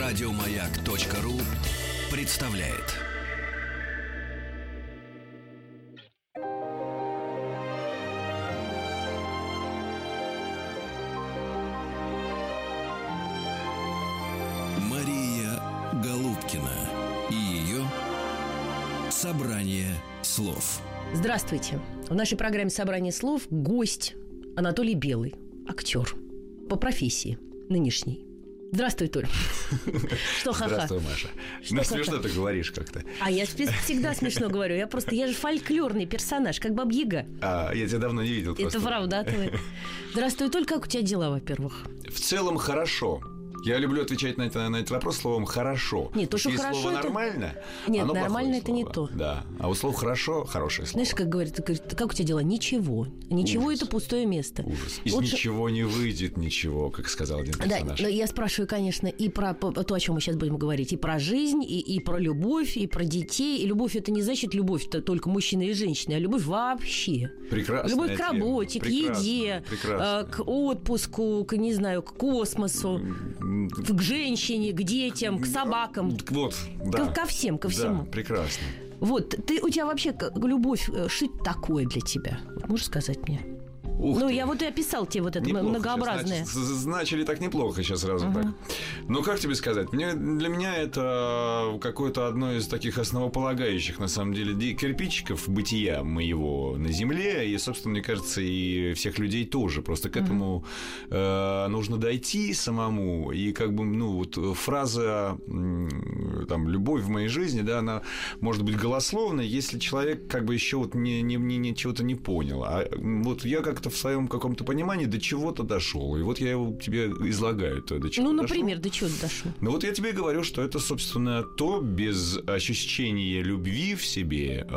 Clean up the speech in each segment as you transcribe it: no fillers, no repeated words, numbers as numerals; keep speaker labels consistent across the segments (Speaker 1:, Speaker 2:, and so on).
Speaker 1: Радиомаяк.ру представляет. Мария Голубкина и ее «Собрание слов».
Speaker 2: Здравствуйте. В нашей программе «Собрание слов» гость Анатолий Белый, актер по профессии нынешней. Здравствуй, Толь. Что ха-ха?
Speaker 3: Здравствуй, Маша. Ну, смешно ты говоришь как-то.
Speaker 2: А я всегда смешно говорю. Я же фольклорный персонаж, как Баба-Яга.
Speaker 3: Я тебя давно не видел просто.
Speaker 2: Это правда, твой. Здравствуй, Толь, как у тебя дела, во-первых?
Speaker 3: В целом хорошо. Я люблю отвечать на этот вопрос словом «хорошо».
Speaker 2: Нет, то, что
Speaker 3: есть
Speaker 2: хорошо,
Speaker 3: слово
Speaker 2: это...
Speaker 3: «нормально»,
Speaker 2: Нет,
Speaker 3: оно
Speaker 2: нормально это
Speaker 3: слово.
Speaker 2: не то.
Speaker 3: Да. А вот слово «хорошо» – хорошее слово.
Speaker 2: Знаешь, как говорит, как у тебя дела? Ничего. Ничего – это пустое место.
Speaker 3: Ужас. Из
Speaker 2: Лучше...
Speaker 3: ничего не выйдет ничего, как сказал один персонаж.
Speaker 2: Да, но я спрашиваю, конечно, и про то, о чем мы сейчас будем говорить, и про жизнь, и про любовь, и про детей. И любовь – это не значит любовь-то только мужчины и женщины, а любовь вообще.
Speaker 3: Прекрасная
Speaker 2: любовь к работе,
Speaker 3: тема.
Speaker 2: к еде, к отпуску, к, не знаю, к космосу, к женщине, к детям, к собакам.
Speaker 3: Вот, да.
Speaker 2: Ко всему.
Speaker 3: Да, прекрасно.
Speaker 2: Вот, у тебя вообще любовь, что это такое для тебя? Можешь сказать мне? Я вот и описал тебе вот это неплохо, многообразное.
Speaker 3: Начали так неплохо сейчас сразу так. Ну, как тебе сказать? Для меня это какое-то одно из таких основополагающих, на самом деле, кирпичиков бытия моего на земле. И, собственно, мне кажется, и всех людей тоже. Просто к этому нужно дойти самому. И как бы, вот фраза там «любовь в моей жизни», да, она может быть голословной, если человек как бы еще вот чего-то не понял. А вот я как-то в своем каком-то понимании до чего-то дошел. И вот я его тебе излагаю. До чего
Speaker 2: например, до чего ты дошел?
Speaker 3: Ну, вот я тебе говорю, что это, собственно, то без ощущения любви в себе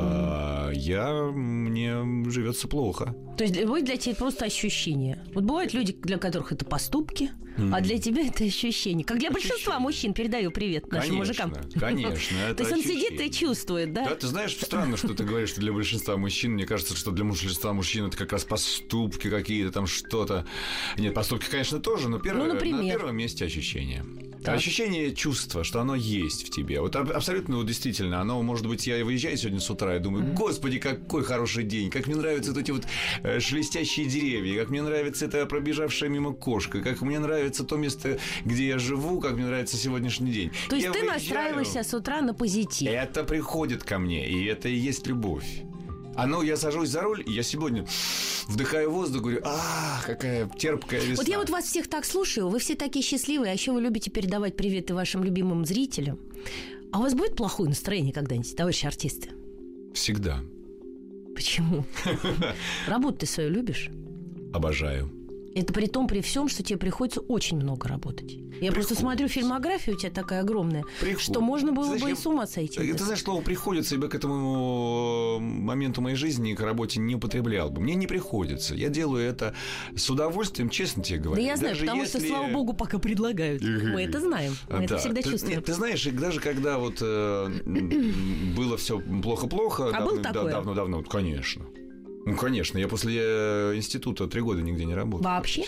Speaker 3: мне живется плохо.
Speaker 2: То есть любовь для тебя просто ощущение. Вот бывают люди, для которых это поступки, а для тебя это ощущение. Как для большинства мужчин, передаю привет нашим мужикам.
Speaker 3: Конечно,
Speaker 2: то есть он сидит и чувствует, да?
Speaker 3: Да, ты знаешь, странно, что ты говоришь, что для большинства мужчин. Мне кажется, что для большинства мужчин это как раз поступки какие-то, там что-то. Нет, поступки, конечно, тоже, но на первом месте ощущение. Так. Ощущение чувства, что оно есть в тебе. Вот абсолютно, действительно, оно, может быть, я выезжаю сегодня с утра и думаю, господи, какой хороший день, как мне нравятся вот эти вот шелестящие деревья, как мне нравится эта пробежавшая мимо кошка, как мне нравится то место, где я живу, как мне нравится сегодняшний день.
Speaker 2: То есть ты настраиваешься с утра на позитив.
Speaker 3: Это приходит ко мне, и это и есть любовь. Я сажусь за руль, и я сегодня вдыхаю воздух, говорю, какая терпкая весна.
Speaker 2: Вот я вас всех так слушаю, вы все такие счастливые, а еще вы любите передавать приветы вашим любимым зрителям. А у вас будет плохое настроение когда-нибудь, товарищи артисты?
Speaker 3: Всегда.
Speaker 2: Почему? Работу ты свою любишь?
Speaker 3: Обожаю.
Speaker 2: Это при всем, что тебе приходится очень много работать. Я просто смотрю фильмографию, у тебя такая огромная, что можно было бы и с ума сойти.
Speaker 3: Ты знаешь, слово «приходится» я бы к этому моменту моей жизни и к работе не употреблял бы. Мне не приходится. Я делаю это с удовольствием, честно тебе говорю.
Speaker 2: Да я знаю, потому что, слава богу, пока предлагают. Мы это знаем, мы это всегда чувствуем.
Speaker 3: Ты знаешь, даже когда вот было все плохо-плохо, давно, конечно. Ну, конечно, я после института 3 года нигде не работал.
Speaker 2: Вообще?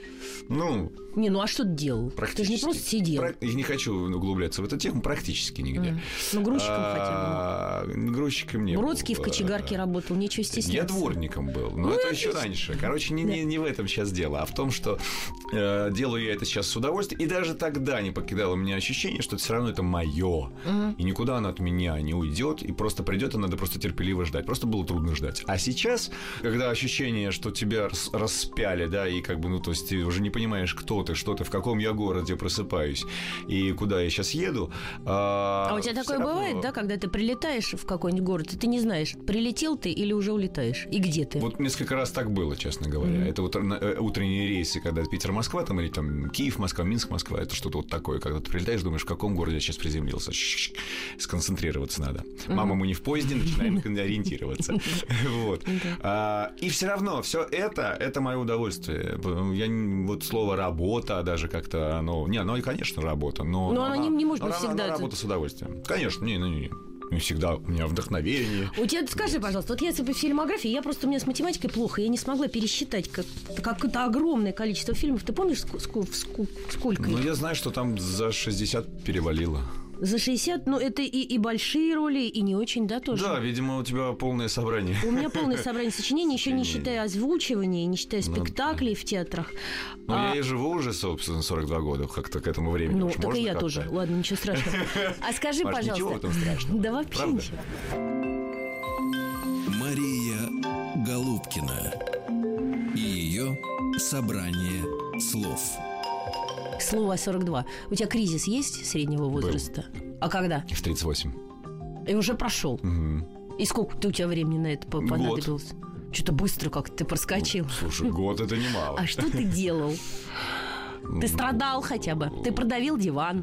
Speaker 2: А что ты делал? Ты же не просто сидел.
Speaker 3: Я не хочу углубляться в эту тему, практически нигде.
Speaker 2: Грузчиком хотя бы.
Speaker 3: Грузчиком не был.
Speaker 2: Бродский в кочегарке работал, нечего стесняться.
Speaker 3: Я дворником был, но это еще раньше. Короче, не в этом сейчас дело, а в том, что делаю я это сейчас с удовольствием. И даже тогда не покидало меня ощущение, что все равно это мое. И никуда оно от меня не уйдет. И просто придет, и надо просто терпеливо ждать. Просто было трудно ждать. А сейчас, когда ощущение, что тебя распяли, да, и как бы, то есть ты уже не понимаешь, кто ты, что ты, в каком я городе просыпаюсь и куда я сейчас еду.
Speaker 2: А у тебя такое бывает, да, когда ты прилетаешь в какой-нибудь город, и ты не знаешь, прилетел ты или уже улетаешь, и где ты?
Speaker 3: Вот несколько раз так было, честно говоря. Это вот утренние рейсы, когда Питер-Москва, там, или там Киев-Москва, Минск-Москва, это что-то вот такое, когда ты прилетаешь, думаешь, в каком городе я сейчас приземлился. сконцентрироваться надо. Мама, мы не в поезде, начинаем ориентироваться. Вот. И все равно, все это мое удовольствие. Вот слово «работа» даже как-то, оно, конечно, работа, но
Speaker 2: она не может быть всегда.
Speaker 3: Работа с удовольствием. Конечно, не. И всегда у меня вдохновение.
Speaker 2: У тебя, скажи, пожалуйста, вот если бы фильмография, у меня с математикой плохо, я не смогла пересчитать какое-то огромное количество фильмов. Ты помнишь, сколько
Speaker 3: Ну,
Speaker 2: их?
Speaker 3: я знаю, что там за 60 перевалило.
Speaker 2: За 60, ну, это и большие роли, и не очень, да, тоже?
Speaker 3: Да, видимо, у тебя полное собрание.
Speaker 2: У меня полное собрание сочинений, еще не считая озвучивания, не считая спектаклей в театрах.
Speaker 3: Ну, я и живу уже, собственно, 42 года, как-то к этому времени.
Speaker 2: Ну,
Speaker 3: Уж
Speaker 2: так и
Speaker 3: можно
Speaker 2: я
Speaker 3: как-то?
Speaker 2: тоже. Ладно, ничего страшного. А скажи,
Speaker 3: Маш,
Speaker 2: пожалуйста.
Speaker 3: ничего в этом страшного.
Speaker 2: Да вообще
Speaker 3: Правда?
Speaker 2: ничего.
Speaker 1: Мария Голубкина и ее собрание слов.
Speaker 2: Слово 42. У тебя кризис есть среднего возраста? А когда?
Speaker 3: В 38.
Speaker 2: И уже прошел.
Speaker 3: Угу.
Speaker 2: И сколько у тебя времени на это понадобилось? Что-то быстро как-то ты проскочил.
Speaker 3: Слушай, год это немало.
Speaker 2: А что ты делал? Ты страдал хотя бы? Ты продавил диван?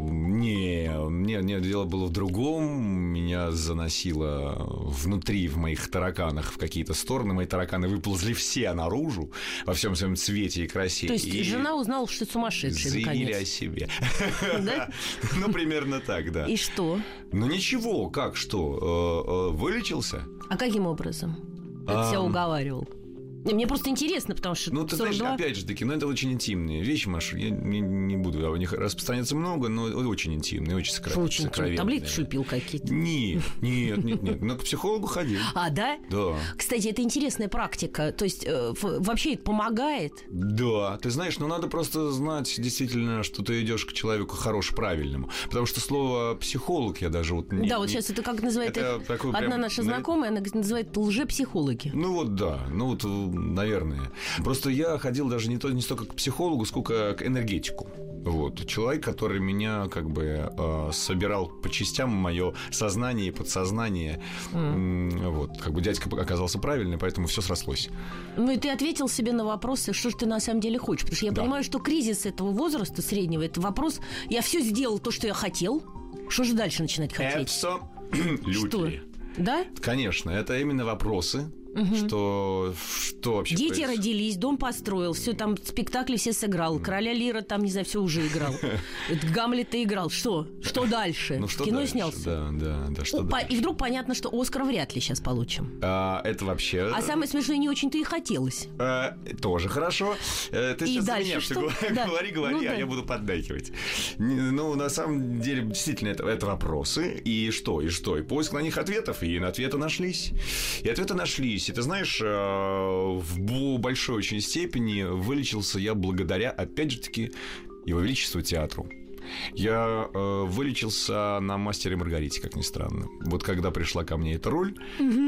Speaker 3: Нет, дело было в другом. Меня заносило внутри, в моих тараканах, в какие-то стороны. Мои тараканы выползли все наружу, во всем своем цвете и красе.
Speaker 2: То есть жена узнала, что ты сумасшедший,
Speaker 3: заявили
Speaker 2: наконец.
Speaker 3: о себе.
Speaker 2: Да?
Speaker 3: Ну, примерно так, да.
Speaker 2: И что?
Speaker 3: Ну, ничего, как что? Вылечился?
Speaker 2: А каким образом? Ты себя уговаривал? Мне просто интересно, потому что
Speaker 3: Ну, ты
Speaker 2: 42...
Speaker 3: знаешь, опять же таки, это очень интимные вещи, Маша. Я не буду о них распространяться много, но очень интимные, очень сокровенные.
Speaker 2: Таблетки шупил какие-то?
Speaker 3: Нет. Но к психологу ходил.
Speaker 2: А, да?
Speaker 3: Да.
Speaker 2: Кстати, это интересная практика. То есть, вообще это помогает?
Speaker 3: Да. Ты знаешь, надо просто знать действительно, что ты идешь к человеку хорошему, правильному. Потому что слово «психолог» я даже вот...
Speaker 2: Сейчас это как называет... Одна наша знакомая, она называет лжепсихологи.
Speaker 3: Наверное. Просто я ходил даже не столько к психологу, сколько к энергетику. Вот. Человек, который меня как бы собирал по частям мое сознание и подсознание. Вот. Как бы дядька оказался правильный, поэтому все срослось.
Speaker 2: Ну и ты ответил себе на вопросы, что же ты на самом деле хочешь. Потому что я понимаю, что кризис этого возраста среднего, это вопрос, я все сделал то, что я хотел. Что же дальше начинать хотеть?
Speaker 3: Что?
Speaker 2: Да?
Speaker 3: Конечно, это именно вопросы. Что вообще
Speaker 2: Дети родились, дом построил, все там, спектакли все сыграл, Короля Лира там, не знаю, все уже играл. Гамлета играл. Что дальше? В кино снялся?
Speaker 3: Да, что дальше?
Speaker 2: И вдруг понятно, что Оскар вряд ли сейчас получим.
Speaker 3: Это вообще...
Speaker 2: А самое смешное, не очень-то и хотелось.
Speaker 3: Тоже хорошо. Ты сейчас за меня все говори,
Speaker 2: да.
Speaker 3: Я буду поддакивать. Ну, на самом деле, действительно, это вопросы. И что? И поиск на них ответов. И ответы нашлись. И ты знаешь, в большой очень степени вылечился я благодаря, опять же таки, Его Величеству театру. Я вылечился на «Мастере и Маргарите», как ни странно. Вот когда пришла ко мне эта роль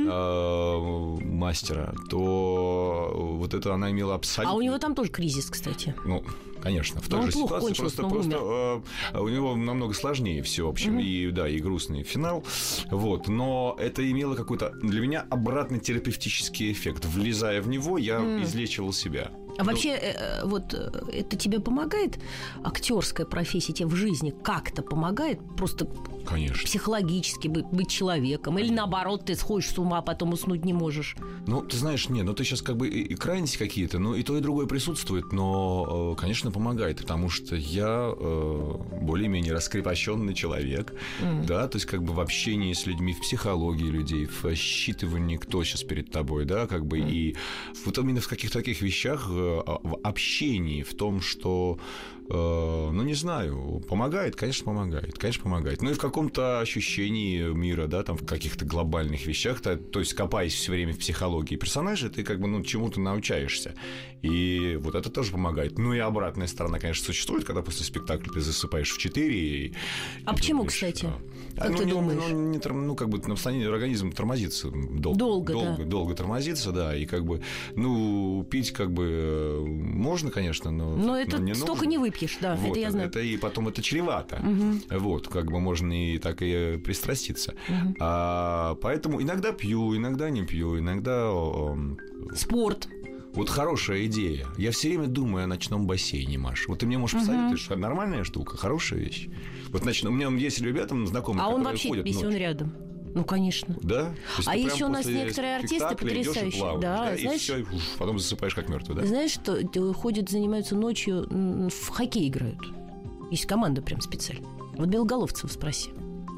Speaker 3: мастера, то вот это она имела абсолютно...
Speaker 2: А у него там тоже кризис, кстати.
Speaker 3: Ну, конечно, в той же ситуации. Просто у него намного сложнее все, в общем. И грустный финал. Вот. Но это имело какой-то для меня обратный терапевтический эффект. Влезая в него, я излечивал себя.
Speaker 2: А вообще, это тебе помогает? Актерская профессия тебе в жизни как-то помогает? Просто
Speaker 3: конечно.
Speaker 2: Психологически быть человеком? Или наоборот, ты сходишь с ума, а потом уснуть не можешь?
Speaker 3: Ну, ты знаешь, ты сейчас как бы и крайности какие-то, и то, и другое присутствует, но, конечно, помогает, потому что я более-менее раскрепощенный человек, да, то есть как бы в общении с людьми, в психологии людей, в считывании, кто сейчас перед тобой, да, как бы и вот именно в каких-то таких вещах, в общении, в том, что, не знаю, помогает, конечно, помогает. Ну и в каком-то ощущении мира, да, там в каких-то глобальных вещах, то есть копаясь все время в психологии персонажа, ты как бы, чему-то научаешься. И вот это тоже помогает. Ну и обратная сторона, конечно, существует, когда после спектакля ты засыпаешь в 4.
Speaker 2: А почему, кстати? Как ты думаешь?
Speaker 3: Как бы организм тормозится долго тормозится, да, и как бы, пить как бы можно, конечно, но
Speaker 2: это не столько нужно. Не выпьешь, да,
Speaker 3: вот,
Speaker 2: это я знаю.
Speaker 3: И потом это чревато. Вот, как бы можно и так и пристраститься. Поэтому иногда пью, иногда не пью, иногда...
Speaker 2: Спорт.
Speaker 3: Вот хорошая идея. Я все время думаю о ночном бассейне, Маш. Вот ты мне можешь посоветовать, что нормальная штука, хорошая вещь. Вот у меня есть ребята знакомые, которые
Speaker 2: вообще
Speaker 3: ходят
Speaker 2: весь он рядом. Ну, конечно.
Speaker 3: Да?
Speaker 2: А еще у нас некоторые артисты потрясающие.
Speaker 3: Плаваешь, да, знаешь, и все, потом засыпаешь как мертвый, да?
Speaker 2: Знаешь, что занимаются ночью, в хоккей играют. Есть команда прям специально. Вот Белоголовцев спроси.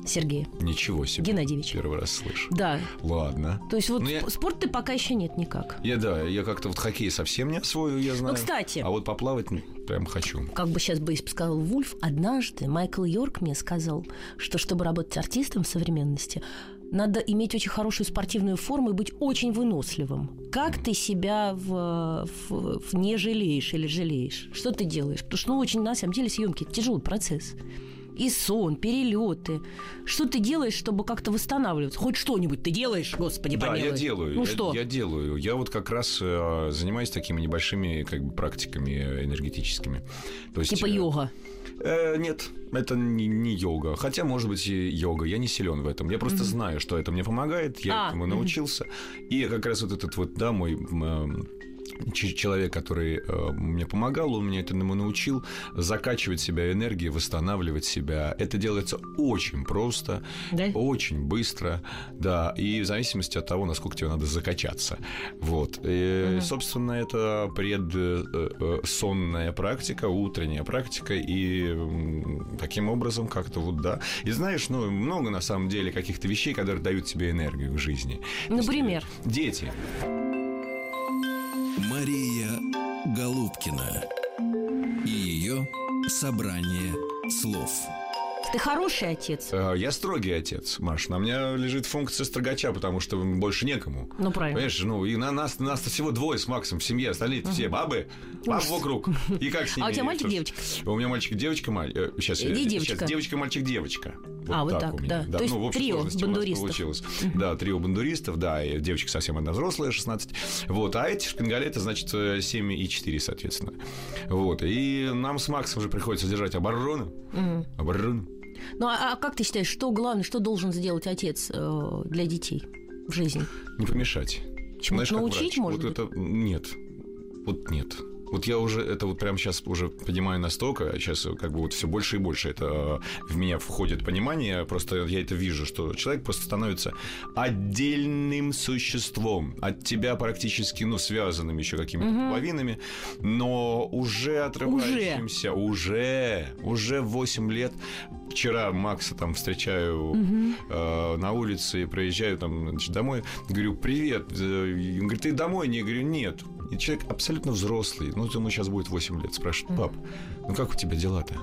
Speaker 2: Сергея.
Speaker 3: Ничего себе.
Speaker 2: Геннадьевича.
Speaker 3: Первый раз слышу.
Speaker 2: Да.
Speaker 3: Ладно.
Speaker 2: То есть вот спорт ты пока еще нет никак.
Speaker 3: Я как-то вот хоккей совсем не освоил, я знаю.
Speaker 2: Ну, кстати.
Speaker 3: А вот поплавать прям хочу.
Speaker 2: Как бы сейчас бы сказал Вульф, однажды Майкл Йорк мне сказал, что чтобы работать артистом в современности, надо иметь очень хорошую спортивную форму и быть очень выносливым. Как ты себя не жалеешь или жалеешь? Что ты делаешь? Потому что, очень, на самом деле, съемки – это тяжелый процесс. И сон, перелеты. Что ты делаешь, чтобы как-то восстанавливаться? Хоть что-нибудь ты делаешь, господи, помилуй.
Speaker 3: Да, я делаю.
Speaker 2: Ну что?
Speaker 3: Я делаю. Я вот как раз занимаюсь такими небольшими практиками энергетическими. То есть,
Speaker 2: типа йога?
Speaker 3: Нет, это не йога. Хотя, может быть, и йога. Я не силен в этом. Я просто знаю, что это мне помогает. Я этому научился. И как раз вот этот вот, да, мой... человек, который мне помогал, он меня этому научил закачивать себя энергией, восстанавливать себя. Это делается очень просто, да? Очень быстро, да, и в зависимости от того, насколько тебе надо закачаться. Вот. И, собственно, это предсонная практика, утренняя практика, и таким образом как-то вот, да. И знаешь, много на самом деле каких-то вещей, которые дают тебе энергию в жизни.
Speaker 2: Например?
Speaker 3: Дети.
Speaker 1: Мария Голубкина и ее собрание слов.
Speaker 2: Ты хороший отец?
Speaker 3: Я строгий отец, Маш. На мне лежит функция строгача, потому что больше некому.
Speaker 2: Ну, правильно.
Speaker 3: Понимаешь, и нас всего двое с Максом в семье. Остальные все бабы вокруг. И как с ними?
Speaker 2: А у тебя мальчик-девочка?
Speaker 3: У меня мальчик и девочка. Сейчас девочка, мальчик, девочка.
Speaker 2: Вот так, да.
Speaker 3: То есть
Speaker 2: трио бандуристов.
Speaker 3: Получилось. Да, трио бандуристов, да, и девочка совсем одна взрослая, 16. Вот, а эти шпингалеты, это значит 7 и 4, соответственно. Вот, и нам с Максом же приходится держать оборону. Оборону.
Speaker 2: Ну, а как ты считаешь, что главное, что должен сделать отец для детей в жизни?
Speaker 3: Не помешать.
Speaker 2: Чему-то научить, может быть?
Speaker 3: Нет. Вот нет. Вот я уже это вот прямо сейчас уже понимаю настолько, сейчас как бы вот все больше и больше это в меня входит понимание, просто я это вижу, что человек просто становится отдельным существом, от тебя практически, связанным еще какими-то половинами, но уже отрывающимся, уже в 8 лет. Вчера Макса там встречаю на улице, проезжаю там, домой, говорю, привет. Он говорит, ты домой? Не, говорю, нет. И человек абсолютно взрослый, ему сейчас будет 8 лет, спрашивает, пап, как у тебя дела-то?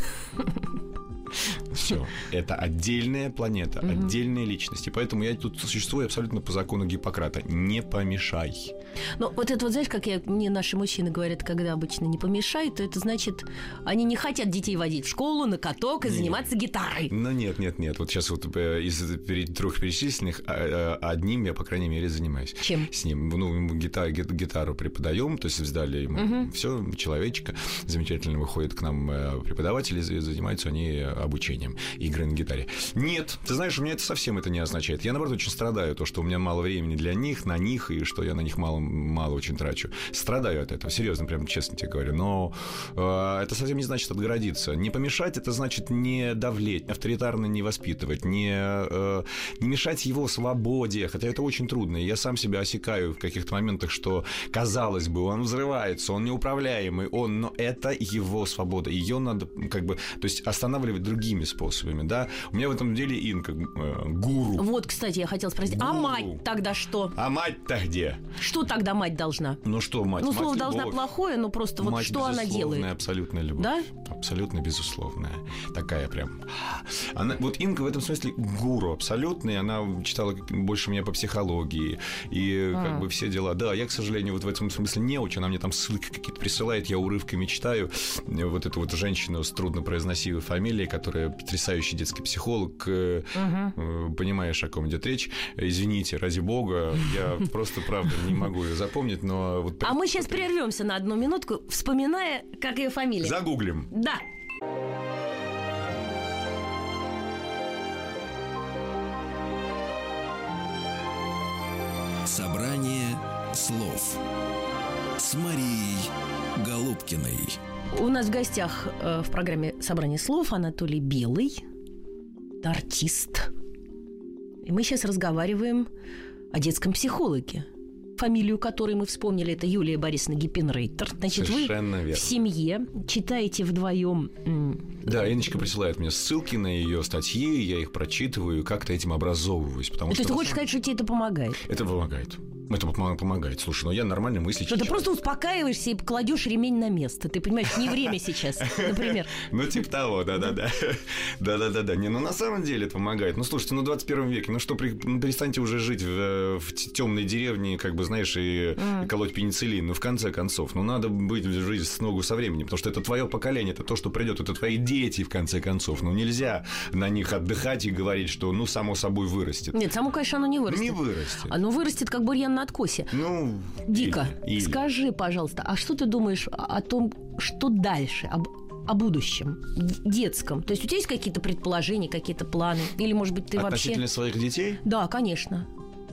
Speaker 3: Все. Это отдельная планета, отдельная личность. И поэтому я тут существую абсолютно по закону Гиппократа. Не помешай.
Speaker 2: Ну, вот это вот, знаешь, как мне наши мужчины говорят, когда обычно не помешай, то это значит, они не хотят детей водить в школу, на каток и заниматься гитарой.
Speaker 3: Ну, нет. Вот сейчас вот из 3 перечисленных одним я, по крайней мере, занимаюсь.
Speaker 2: Чем?
Speaker 3: С ним. Гитару преподаем, то есть сдали ему все, человечка. Замечательно выходит к нам преподаватели, занимаются они обучением игры на гитаре. Нет, ты знаешь, у меня это совсем это не означает. Я, наоборот, очень страдаю, то, что у меня мало времени для них, на них, и что я на них мало очень трачу. Страдаю от этого, серьезно, прям честно тебе говорю. Но это совсем не значит отгородиться. Не помешать, это значит не давлеть, авторитарно не воспитывать, не мешать его свободе, хотя это очень трудно. И я сам себя осекаю в каких-то моментах, что, казалось бы, он взрывается, он неуправляемый, но это его свобода. Ее надо то есть останавливать другими способами, да. У меня в этом деле Инка гуру.
Speaker 2: Вот, кстати, я хотела спросить, а мать тогда что?
Speaker 3: А мать-то где?
Speaker 2: Что тогда мать должна?
Speaker 3: Ну что мать?
Speaker 2: Ну, слово «должна» плохое, но просто вот что она делает?
Speaker 3: Мать абсолютная любовь.
Speaker 2: Да?
Speaker 3: Абсолютно безусловная. Такая прям. Вот Инка в этом смысле гуру абсолютный. Она читала больше меня по психологии и все дела. Да, я, к сожалению, вот в этом смысле не очень. Она мне там ссылки какие-то присылает, я урывками читаю. Вот эту вот женщину с труднопроизносимой фамилией, которая потрясающий детский психолог. Понимаешь, о ком идет речь. Извините, ради бога, я просто, правда, не могу ее запомнить, но... Вот...
Speaker 2: А мы сейчас прервемся на 1 минутку, вспоминая, как ее фамилия.
Speaker 3: Загуглим.
Speaker 2: Да.
Speaker 1: Собрание слов с Марией Голубкиной.
Speaker 2: У нас в гостях в программе «Собрание слов» Анатолий Белый, артист. И мы сейчас разговариваем о детском психологе. фамилию которой мы вспомнили, это Юлия Борисовна Гиппенрейтер. Значит,
Speaker 3: совершенно
Speaker 2: вы
Speaker 3: верно.
Speaker 2: В семье читаете вдвоем.
Speaker 3: Да, Инночка присылает мне ссылки на ее статьи, я их прочитываю и как-то этим образовываюсь. Потому что
Speaker 2: ты хочешь сказать, что тебе это помогает?
Speaker 3: Это помогает. Это помогает. Слушай, я нормально мысли.
Speaker 2: Что ты просто успокаиваешься и кладешь ремень на место. Ты понимаешь, не время сейчас, например.
Speaker 3: Ну, типа того, да-да-да. Да-да-да. Не, на самом деле это помогает. Ну, слушайте, 21 веке, перестаньте уже жить в темной деревне, знаешь, и колоть пенициллин. Ну, в конце концов, надо жить с ногу со временем, потому что это твое поколение, это то, что придет, это твои дети, в конце концов. Нельзя на них отдыхать и говорить, что, само собой вырастет.
Speaker 2: Нет, само, конечно, оно не вырастет.
Speaker 3: Не вырастет.
Speaker 2: Оно вырастет, как бурьян на откосе. Дико, скажи, пожалуйста, а что ты думаешь о том, что дальше, о будущем детском? То есть у тебя есть какие-то предположения, какие-то планы? Или, может быть, ты
Speaker 3: относительно
Speaker 2: вообще...
Speaker 3: своих детей?
Speaker 2: Да, конечно.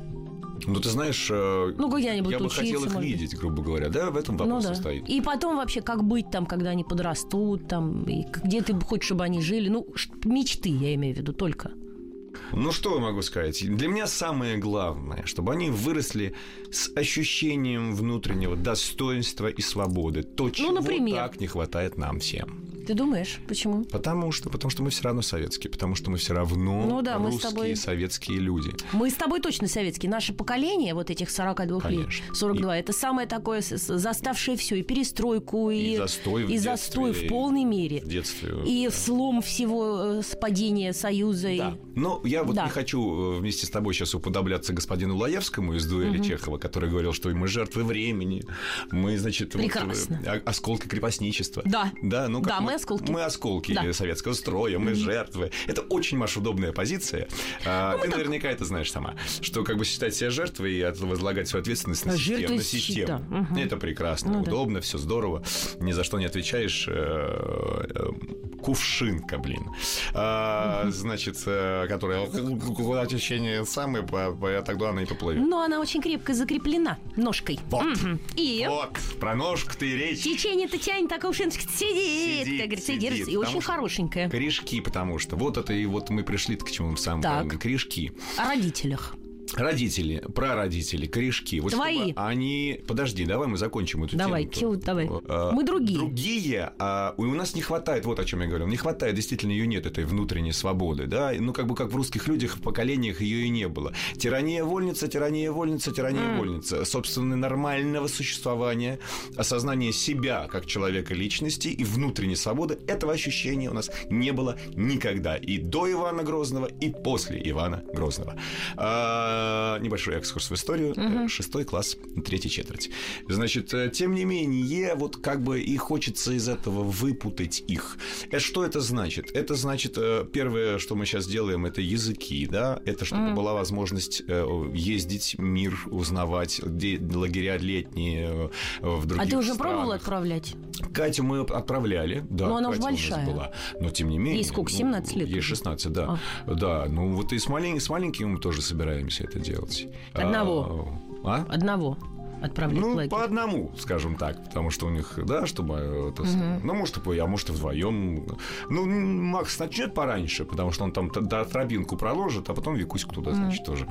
Speaker 3: Ты знаешь, я бы хотел их видеть, грубо говоря, да, в этом вопрос состоит.
Speaker 2: И потом вообще, как быть там, когда они подрастут, там, и где ты хочешь, чтобы они жили? Мечты, я имею в виду, только.
Speaker 3: Что я могу сказать? Для меня самое главное, чтобы они выросли с ощущением внутреннего достоинства и свободы. То, чего так не хватает нам всем.
Speaker 2: Ты думаешь? Почему?
Speaker 3: Потому что мы все равно советские, потому что мы все равно русские советские люди.
Speaker 2: Мы с тобой точно советские. Наше поколение вот этих 42 лет, 42, это самое такое заставшее все, и перестройку, и застой в полной мере.
Speaker 3: В детстве.
Speaker 2: И слом всего падения Союза.
Speaker 3: Да. Но я не хочу вместе с тобой сейчас уподобляться господину Лаевскому из дуэли Чехова, который говорил, что мы жертвы времени, мы, осколки крепостничества.
Speaker 2: Да.
Speaker 3: Мы осколки. Мы осколки советского строя, мы жертвы. Это очень, Маша, удобная позиция. Ты наверняка это знаешь сама, что считать себя жертвой и возлагать свою ответственность на систему. Это прекрасно, удобно, все здорово. Ни за что не отвечаешь. Кувшинка, которая куда течение самое, тогда она и поплывет.
Speaker 2: Но она очень крепко закреплена ножкой.
Speaker 3: Про ножку-то и речь.
Speaker 2: Течение-то тянет, а кувшиночка сидит, как говорится, держится. И очень хорошенькая.
Speaker 3: Корешки, потому что это и мы пришли к чему самому правильно. Корешки.
Speaker 2: О родителях.
Speaker 3: Родители, прародители, корешки.
Speaker 2: Твои.
Speaker 3: Они... Подожди, давай мы закончим эту тему.
Speaker 2: Давай. Мы другие.
Speaker 3: Другие. У нас не хватает, вот о чем я говорил, не хватает, действительно, ее нет, этой внутренней свободы, да? Как в русских людях, в поколениях ее и не было. Тирания вольница, тирания вольница, тирания вольница. Собственно, нормального существования, осознания себя как человека личности и внутренней свободы, этого ощущения у нас не было никогда. И до Ивана Грозного, и после Ивана Грозного. Небольшой экскурс в историю. 6 класс, 3 четверть. Значит, тем не менее, и хочется из этого выпутать их. Что это значит? Это значит, первое, что мы сейчас делаем, это языки, да? Это чтобы была возможность ездить, мир узнавать, лагеря летние в других странах.
Speaker 2: А ты уже пробовал отправлять?
Speaker 3: Катю мы отправляли, да.
Speaker 2: Но она
Speaker 3: Катя
Speaker 2: уже большая.
Speaker 3: У нас была. Но тем не менее.
Speaker 2: Ей сколько, 17 лет?
Speaker 3: Ей 16, да. Да, и с маленьким мы тоже собираемся это делать.
Speaker 2: Одного отправлять в лагерь.
Speaker 3: По одному, скажем так, потому что у них, чтобы... может, а может, и вдвоем. Макс начнет пораньше, потому что он там тропинку проложит, а потом Викусик туда, значит, тоже.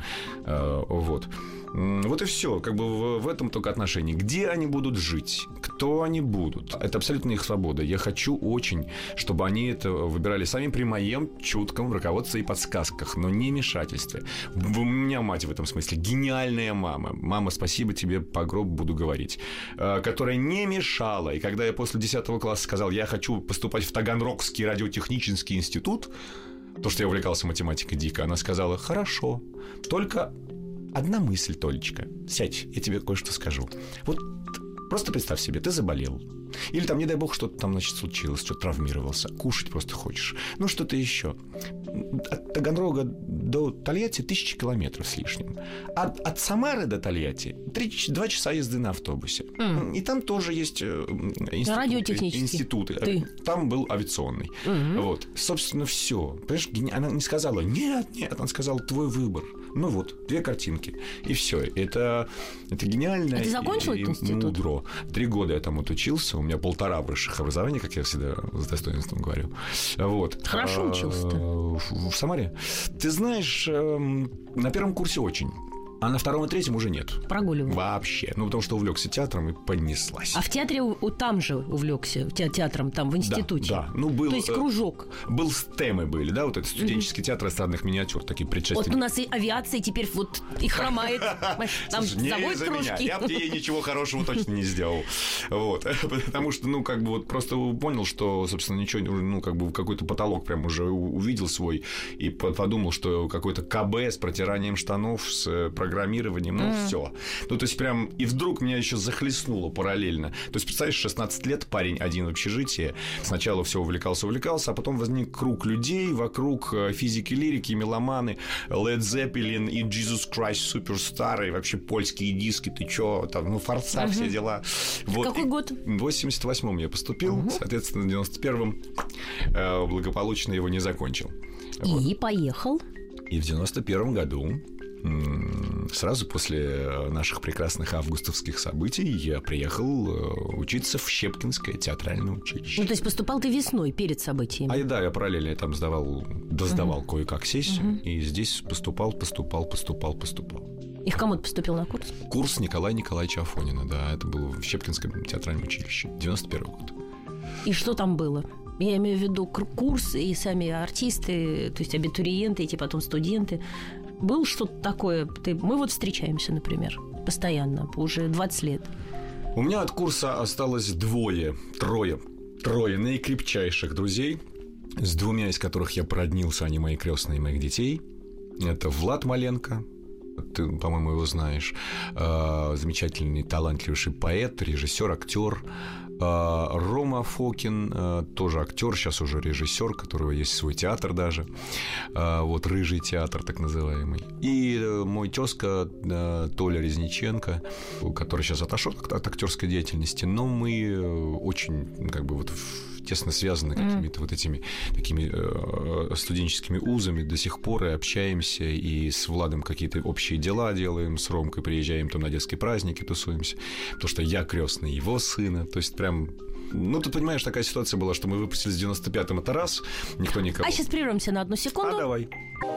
Speaker 3: Вот и все. В этом только отношении. Где они будут жить? Кто они будут? Это абсолютно их свобода. Я хочу очень, чтобы они это выбирали сами при моем чутком руководстве и подсказках, но не вмешательстве. У меня мать в этом смысле гениальная мама. Мама, спасибо тебе, по гробу буду говорить. Которая не мешала. И когда я после 10 класса сказал, я хочу поступать в Таганрогский радиотехнический институт, то, что я увлекался математикой дико, она сказала, хорошо, только... Одна мысль, Толечка. Сядь, я тебе кое-что скажу. Просто представь себе, ты заболел. Или там, не дай бог, что-то там, случилось, что-то травмировался. Кушать просто хочешь. Что-то еще. От Таганрога до Тольятти 1000 километров с лишним. От Самары до Тольятти 2 часа езды на автобусе. И там тоже есть институты. Там был авиационный. Собственно, все. Понимаешь, она не сказала, нет, она сказала, твой выбор. 2 картинки. И все. Это гениально.
Speaker 2: А ты закончил этот институт?
Speaker 3: Мудро. 3 года я там отучился. У меня 1,5 высших образования, как я всегда с достоинством говорю.
Speaker 2: Хорошо учился-то?
Speaker 3: В Самаре. Ты знаешь, на первом курсе очень. А на втором и третьем уже нет.
Speaker 2: Прогуливал.
Speaker 3: Вообще. Ну, потому что увлекся театром и понеслась.
Speaker 2: А в театре там же увлекся театром, там в институте?
Speaker 3: Да. Ну, был,
Speaker 2: то есть кружок.
Speaker 3: Был стемы были, да, вот этот студенческий театр эстрадных миниатюр, такие предшественники.
Speaker 2: Вот у нас и авиация теперь вот и хромает. Там заводят кружки.
Speaker 3: Я бы ей ничего хорошего точно не сделал. Вот. Потому что, ну, как бы вот просто понял, что, собственно, ничего, ну, как бы какой-то потолок прям уже увидел свой и подумал, что какой-то КБ с протиранием штанов, с программированием, ну, все. Ну, то есть прям... И вдруг меня еще захлестнуло параллельно. То есть, представляешь, 16 лет, парень один в общежитии. Сначала все увлекался, а потом возник круг людей вокруг физики, лирики, меломаны, Led Zeppelin и Jesus Christ Superstar, и вообще польские диски, ты чё, там, ну, Форца, все дела. Вот.
Speaker 2: Какой год?
Speaker 3: В 88-м я поступил, соответственно, в 91-м благополучно его не закончил.
Speaker 2: И поехал.
Speaker 3: И в 91-м году, сразу после наших прекрасных августовских событий, я приехал учиться в Щепкинское театральное училище.
Speaker 2: Ну, то есть поступал ты весной, перед событиями?
Speaker 3: Да, я параллельно там сдавал кое-как сессию, и здесь поступал. И к кому ты поступил на курс? Курс Николая Николаевича Афонина, да, это было в Щепкинском театральном училище, 91-й год. И
Speaker 2: что там было? Я имею в виду курс и сами артисты, то есть абитуриенты, эти потом студенты. Было что-то такое? Мы вот встречаемся, например, постоянно, уже 20 лет.
Speaker 3: У меня от курса осталось трое наикрепчайших друзей, с двумя из которых я породнился, они мои крестные моих детей. Это Влад Маленко, ты, по-моему, его знаешь, замечательный, талантливый поэт, режиссер, актер. Рома Фокин, тоже актер, сейчас уже режиссер, у которого есть свой театр даже, вот рыжий театр так называемый. И мой тезка Толя Резниченко, который сейчас отошел от актерской деятельности, но мы очень как бы вот тесно связаны какими-то вот этими такими студенческими узами до сих пор, и общаемся, и с Владом какие-то общие дела делаем, с Ромкой приезжаем там на детские праздники, тусуемся, потому что я крестный его сына, то есть прям... Ну, тут, понимаешь, такая ситуация была, что мы выпустились в 95-м, это раз, никто никого...
Speaker 2: А сейчас прервемся на одну секунду.
Speaker 3: Давай.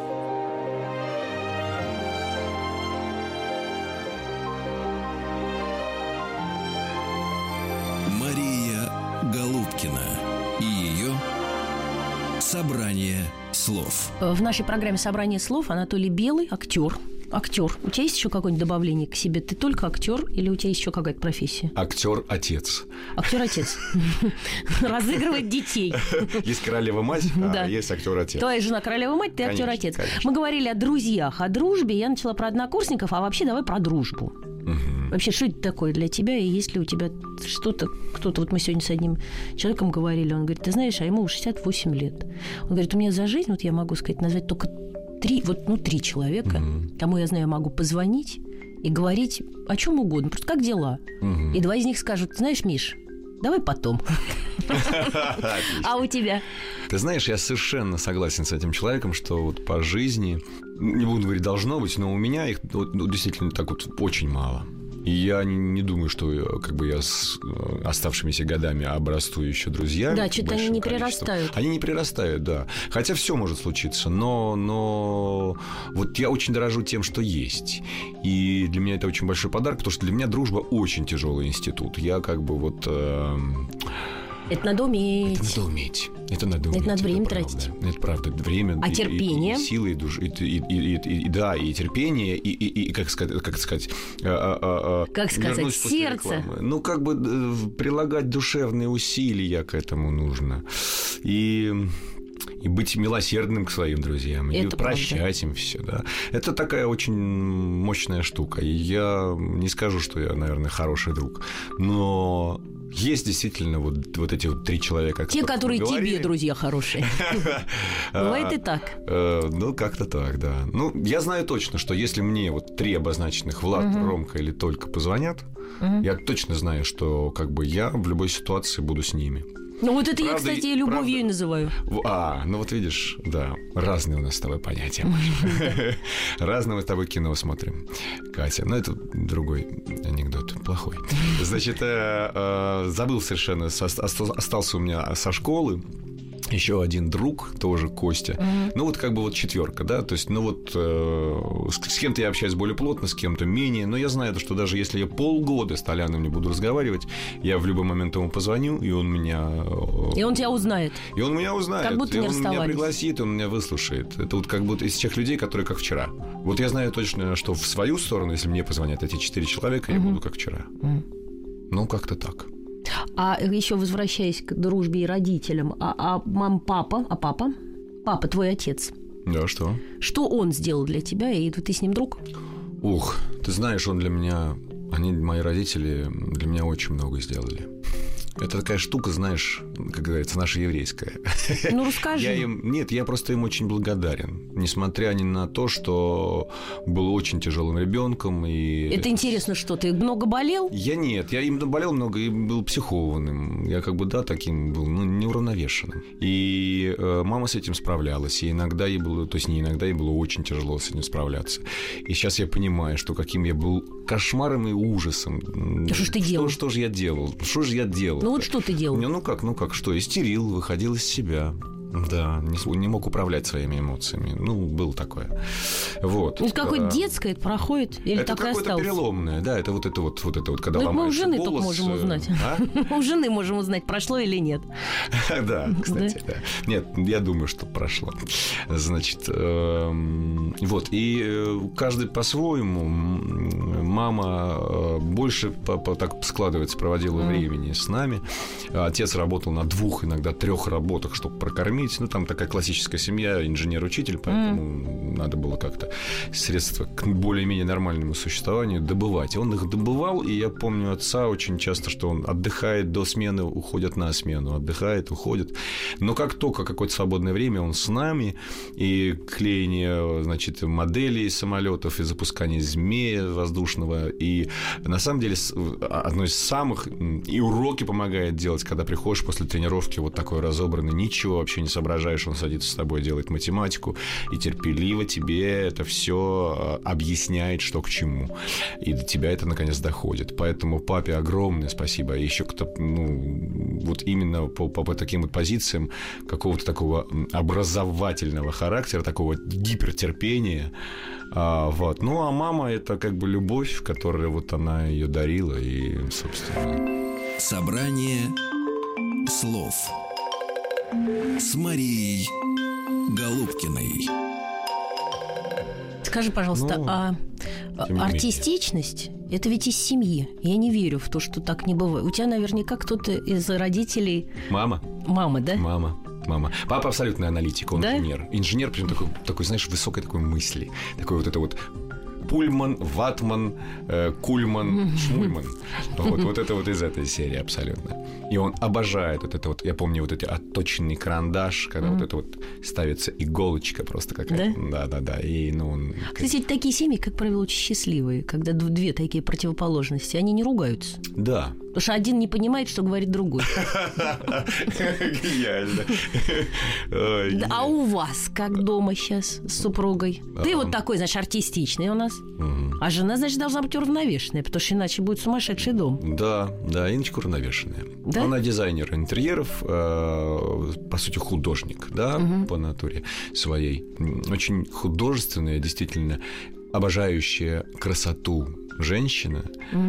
Speaker 1: Мария Голубкина и ее «Собрание слов».
Speaker 2: В нашей программе «Собрание слов» Анатолий Белый, актер. У тебя есть еще какое-нибудь добавление к себе? Ты только актер или у тебя есть еще какая-то профессия?
Speaker 3: Актер-отец.
Speaker 2: Актер-отец. Разыгрывает детей.
Speaker 3: Есть королева-мать, а есть актер-отец.
Speaker 2: Твоя жена королева-мать, ты актер-отец. Мы говорили о друзьях, о дружбе. Я начала про однокурсников, а вообще давай про дружбу. Вообще, что это такое для тебя? И есть ли у тебя что-то... Кто-то... Вот мы сегодня с одним человеком говорили, он говорит, ты знаешь, а ему 68 лет. Он говорит, у меня за жизнь, вот я могу сказать, назвать только три человека, кому я знаю, могу позвонить и говорить о чем угодно, просто как дела. И два из них скажут, знаешь, Миш, давай потом. А у тебя?
Speaker 3: Ты знаешь, я совершенно согласен с этим человеком, что вот по жизни, не буду говорить, должно быть, но у меня их действительно так вот очень мало. И я не думаю, что как бы я с оставшимися годами обрасту еще друзьями.
Speaker 2: Да, что-то они не прирастают.
Speaker 3: Они не прирастают, да. Хотя все может случиться, но вот я очень дорожу тем, что есть. И для меня это очень большой подарок, потому что для меня дружба очень тяжелый институт. Я как бы вот...
Speaker 2: Это надо уметь.
Speaker 3: Это надо
Speaker 2: время тратить.
Speaker 3: Это правда. Время.
Speaker 2: А терпение?
Speaker 3: И силы, и терпение, и как сказать,
Speaker 2: сердце.
Speaker 3: Ну, как бы прилагать душевные усилия к этому нужно. И быть милосердным к своим друзьям, это и прощать им все, да. Это такая очень мощная штука. И я не скажу, что я, наверное, хороший друг, но есть действительно вот эти вот три человека.
Speaker 2: Те, которые тебе, друзья, хорошие. Бывает и так.
Speaker 3: Ну, как-то так, да. Ну, я знаю точно, что если мне вот три обозначенных Влад, Ромка или Толька позвонят, я точно знаю, что как бы я в любой ситуации буду с ними.
Speaker 2: Ну, вот это я, кстати, любовью и называю.
Speaker 3: Ну вот видишь, да, разные у нас с тобой понятия. Разное мы с тобой кино смотрим, Катя. Но это другой анекдот, плохой. Значит, забыл совершенно, остался у меня со школы еще один друг, тоже Костя. Ну, вот как бы вот четверка, да, то есть, ну, вот с кем-то я общаюсь более плотно, с кем-то менее, но я знаю, что даже если я полгода с Толяном не буду разговаривать, я в любой момент ему позвоню, и он меня...
Speaker 2: И он тебя узнает.
Speaker 3: И он меня узнает.
Speaker 2: Как будто
Speaker 3: и
Speaker 2: не
Speaker 3: он
Speaker 2: расставались.
Speaker 3: меня пригласит, он меня выслушает. Это вот как будто из тех людей, которые как вчера. Вот я знаю точно, что в свою сторону, если мне позвонят эти 4 человека, я буду как вчера. Ну, как-то так.
Speaker 2: А еще возвращаясь к дружбе и родителям, мама, папа, папа? Папа, твой отец.
Speaker 3: Да, что?
Speaker 2: Что он сделал для тебя, и ты с ним друг?
Speaker 3: Ух, ты знаешь, он для меня... мои родители для меня очень много сделали. Это такая штука, знаешь, как говорится, наша еврейская.
Speaker 2: Ну, расскажи.
Speaker 3: Нет, я просто им очень благодарен. Несмотря ни на то, что был очень тяжелым ребенком. И...
Speaker 2: Это интересно, что ты много болел?
Speaker 3: Я им болел много и был психованным. Я как бы, да, таким был, ну, неуравновешенным. И мама с этим справлялась. И иногда ей было, то есть не иногда, ей было очень тяжело с этим справляться. И сейчас я понимаю, что каким я был кошмаром и ужасом.
Speaker 2: Да что ж ты делал?
Speaker 3: Что же я делал? Что же я делал?
Speaker 2: Ну вот что ты делал?
Speaker 3: Ну как, что? Истерил, выходил из себя. Да, не мог управлять своими эмоциями. Ну, было такое. Вот.
Speaker 2: Ну, какое-то детское это проходит? Или
Speaker 3: это
Speaker 2: так и осталось?
Speaker 3: Это какое-то переломное, да, это вот это, когда
Speaker 2: ну,
Speaker 3: ломаешь голос.
Speaker 2: Мы у жены только можем узнать. У жены можем узнать, прошло или нет.
Speaker 3: Да, кстати, да. Нет, я думаю, что прошло. Значит, вот, и каждый по-своему. Мама больше, так складывается, проводила времени с нами. Отец работал на 2, иногда 3 работах, чтобы прокормить. Ну, там такая классическая семья, инженер-учитель, поэтому надо было как-то средства к более-менее нормальному существованию добывать. И он их добывал, и я помню отца очень часто, что он отдыхает до смены, уходит на смену, отдыхает, уходит. Но как только какое-то свободное время, он с нами, и клеение, значит, моделей самолетов, и запускание змея воздушного, и на самом деле одно из самых, и уроки помогает делать, когда приходишь после тренировки вот такой разобранный, ничего вообще не соображаешь, он садится с тобой, делает математику и терпеливо тебе это все объясняет, что к чему. И до тебя это наконец доходит. Поэтому папе огромное спасибо. И еще кто-то, ну, вот именно по таким вот позициям какого-то такого образовательного характера, такого гипертерпения. Вот. Ну, а мама — это как бы любовь, которая вот она ее дарила. И, собственно...
Speaker 1: Собрание слов с Марией Голубкиной.
Speaker 2: Скажи, пожалуйста, артистичность – это ведь из семьи. Я не верю в то, что так не бывает. У тебя наверняка кто-то из родителей...
Speaker 3: Мама.
Speaker 2: Мама, да?
Speaker 3: Мама. Папа абсолютный аналитик, он
Speaker 2: да?
Speaker 3: инженер. Инженер, причем такой, знаешь, высокой такой мысли. Такой вот это вот Пульман, Ватман, Кульман, Шмульман. Вот это вот из этой серии абсолютно. И он обожает вот это вот. Я помню вот эти отточенный карандаш, когда вот это вот ставится иголочка просто какая-то. Да. И, ну, он...
Speaker 2: Кстати, такие семьи, как правило, очень счастливые, когда 2 такие противоположности, они не ругаются.
Speaker 3: Да.
Speaker 2: Потому что один не понимает, что говорит другой.
Speaker 3: Гениально.
Speaker 2: А у вас как дома сейчас с супругой? Ты вот такой, значит, артистичный у нас. А жена, значит, должна быть уравновешенная, потому что иначе будет сумасшедший дом.
Speaker 3: Да, Инночка уравновешенная. Да? Она дизайнер интерьеров, по сути, художник, да, по натуре своей. Очень художественная, действительно, обожающая красоту женщина,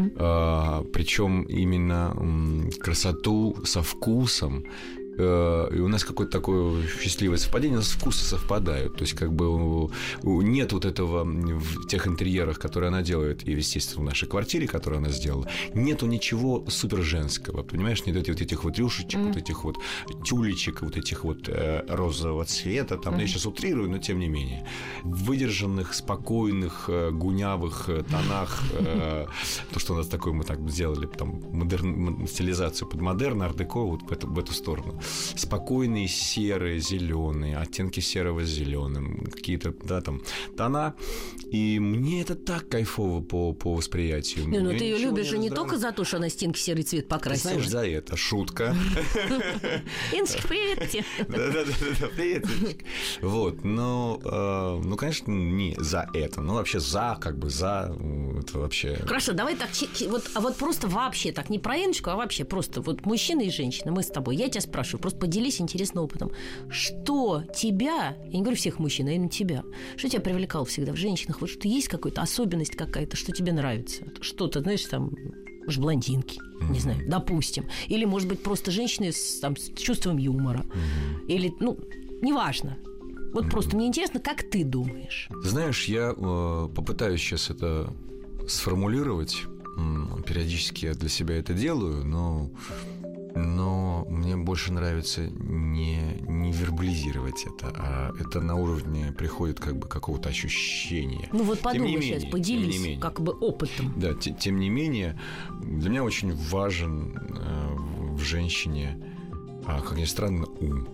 Speaker 3: причем именно красоту со вкусом. И у нас какое-то такое счастливое совпадение, у нас вкусы совпадают. То есть, как бы нет вот этого в тех интерьерах, которые она делает, и, естественно, в нашей квартире, которую она сделала, нету ничего супер женского. Понимаешь, нет вот этих вот рюшечек, вот этих вот тюлечек, вот этих вот розового цвета. Там, я сейчас утрирую, но тем не менее. В выдержанных, спокойных, гунявых тонах. То, что у нас такое, мы так сделали, там, стилизацию под модерн, ар-деко, вот в эту сторону. Спокойные серые, зеленые, оттенки серого с зеленым, какие-то, да, там, тона. И мне это так кайфово по восприятию.
Speaker 2: Ну, ты ее любишь же не только за то, что она стенки серый цвет покрасила.
Speaker 3: Ты знаешь, за это. Шутка.
Speaker 2: Инночка, привет тебе.
Speaker 3: Да, привет, Инночка. Вот, ну, конечно, не за это, но вообще за, как бы за, это вообще...
Speaker 2: Хорошо, давай так, вот просто вообще так, не про Инночку, а вообще просто вот мужчина и женщина, мы с тобой, я тебя спрашиваю, спрашиваю, просто поделись интересным опытом. Что тебя, я не говорю всех мужчин, а именно тебя, что тебя привлекало всегда в женщинах? Вот что есть какая-то особенность какая-то, что тебе нравится? Что-то, знаешь, там, может, блондинки, не знаю, допустим. Или, может быть, просто женщины с чувством юмора. Или, неважно. Вот просто мне интересно, как ты думаешь?
Speaker 3: Знаешь, я попытаюсь сейчас это сформулировать. Периодически я для себя это делаю, но мне больше нравится не вербализировать это, а это на уровне приходит как бы какого-то ощущения.
Speaker 2: Ну вот подумай сейчас, поделись как бы опытом.
Speaker 3: Да, тем не менее, для меня очень важен в женщине, как ни странно, ум.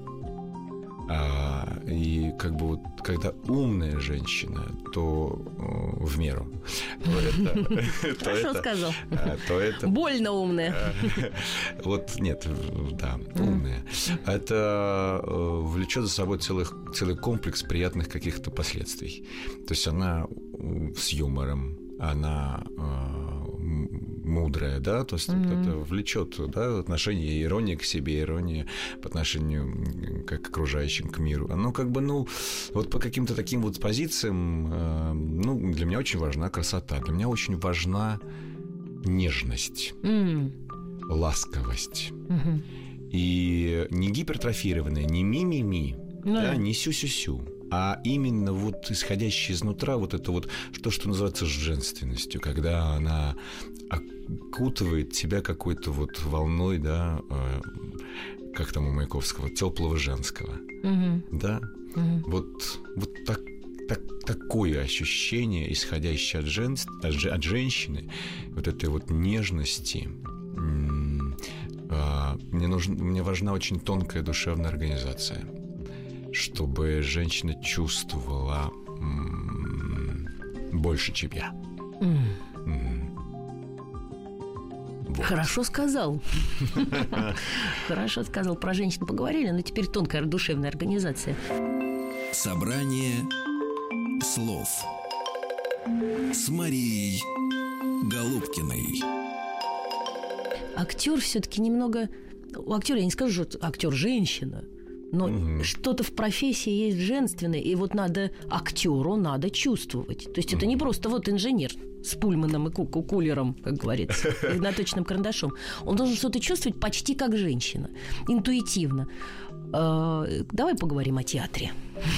Speaker 3: И как бы вот когда умная женщина, то в меру.
Speaker 2: Хорошо сказал. Больно умная.
Speaker 3: Вот нет, да, умная. Это влечет за собой целый комплекс приятных каких-то последствий. То есть она с юмором, она мудрая, да, то есть это влечет, да, отношение, ирония к себе, ирония по отношению к окружающим, к миру. Оно как бы, вот по каким-то таким вот позициям, для меня очень важна красота, для меня очень важна нежность, ласковость. И не гипертрофированная, не ми-ми-ми, да, не сю-сю-сю, а именно вот исходящее изнутра вот это вот то, что называется женственностью, когда она окутывает тебя какой-то вот волной, да, как там у Маяковского, теплого женского, да, вот такое ощущение, исходящее от женщины, вот этой вот нежности. Мне важна очень тонкая душевная организация, чтобы женщина чувствовала больше, чем я. Вот.
Speaker 2: Хорошо сказал. Хорошо сказал. Про женщин поговорили, но теперь тонкая душевная организация.
Speaker 1: Собрание слов с Марией Голубкиной.
Speaker 2: Актер все-таки немного... У актера, я не скажу, что актер женщина, но что-то в профессии есть женственное, и вот актеру надо чувствовать. То есть это не просто вот инженер с пульманом и кулером, как говорится, и наточным карандашом. Он должен что-то чувствовать почти как женщина, интуитивно. Давай поговорим о театре.